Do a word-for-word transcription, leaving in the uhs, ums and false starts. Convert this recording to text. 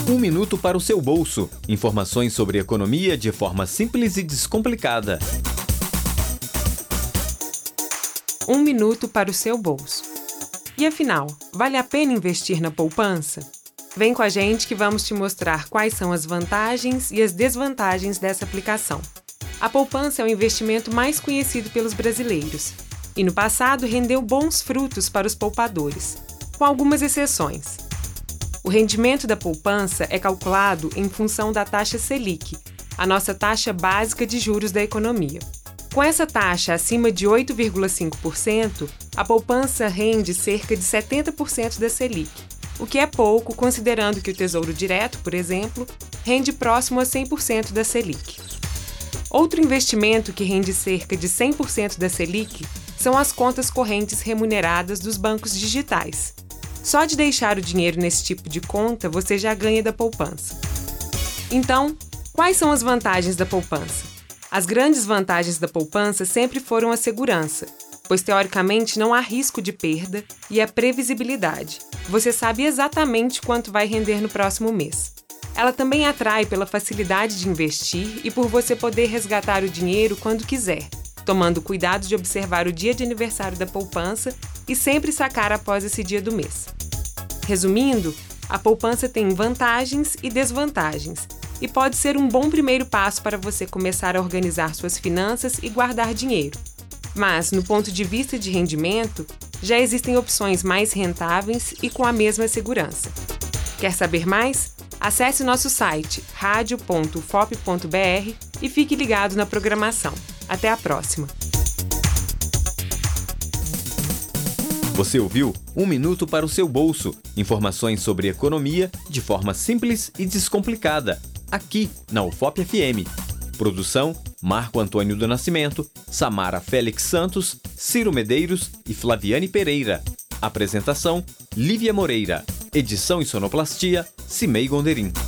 Um minuto para o seu bolso. Informações sobre economia de forma simples e descomplicada. Um minuto para o seu bolso. E afinal, vale a pena investir na poupança? Vem com a gente que vamos te mostrar quais são as vantagens e as desvantagens dessa aplicação. A poupança é o investimento mais conhecido pelos brasileiros e no passado rendeu bons frutos para os poupadores, com algumas exceções. O rendimento da poupança é calculado em função da taxa Selic, a nossa taxa básica de juros da economia. Com essa taxa acima de oito vírgula cinco por cento, a poupança rende cerca de setenta por cento da Selic, o que é pouco considerando que o Tesouro Direto, por exemplo, rende próximo a cem por cento da Selic. Outro investimento que rende cerca de cem por cento da Selic são as contas correntes remuneradas dos bancos digitais. Só de deixar o dinheiro nesse tipo de conta, você já ganha da poupança. Então, quais são as vantagens da poupança? As grandes vantagens da poupança sempre foram a segurança, pois teoricamente não há risco de perda, e a previsibilidade. Você sabe exatamente quanto vai render no próximo mês. Ela também atrai pela facilidade de investir e por você poder resgatar o dinheiro quando quiser, tomando cuidado de observar o dia de aniversário da poupança e sempre sacar após esse dia do mês. Resumindo, a poupança tem vantagens e desvantagens e pode ser um bom primeiro passo para você começar a organizar suas finanças e guardar dinheiro. Mas, no ponto de vista de rendimento, já existem opções mais rentáveis e com a mesma segurança. Quer saber mais? Acesse nosso site radio ponto fop ponto br e fique ligado na programação. Até a próxima! Você ouviu Um Minuto para o seu bolso. Informações sobre economia de forma simples e descomplicada. Aqui na U F O P F M. Produção: Marco Antônio do Nascimento, Samara Félix Santos, Ciro Medeiros e Flaviane Pereira. Apresentação: Lívia Moreira. Edição e sonoplastia: Cimei Gonderim.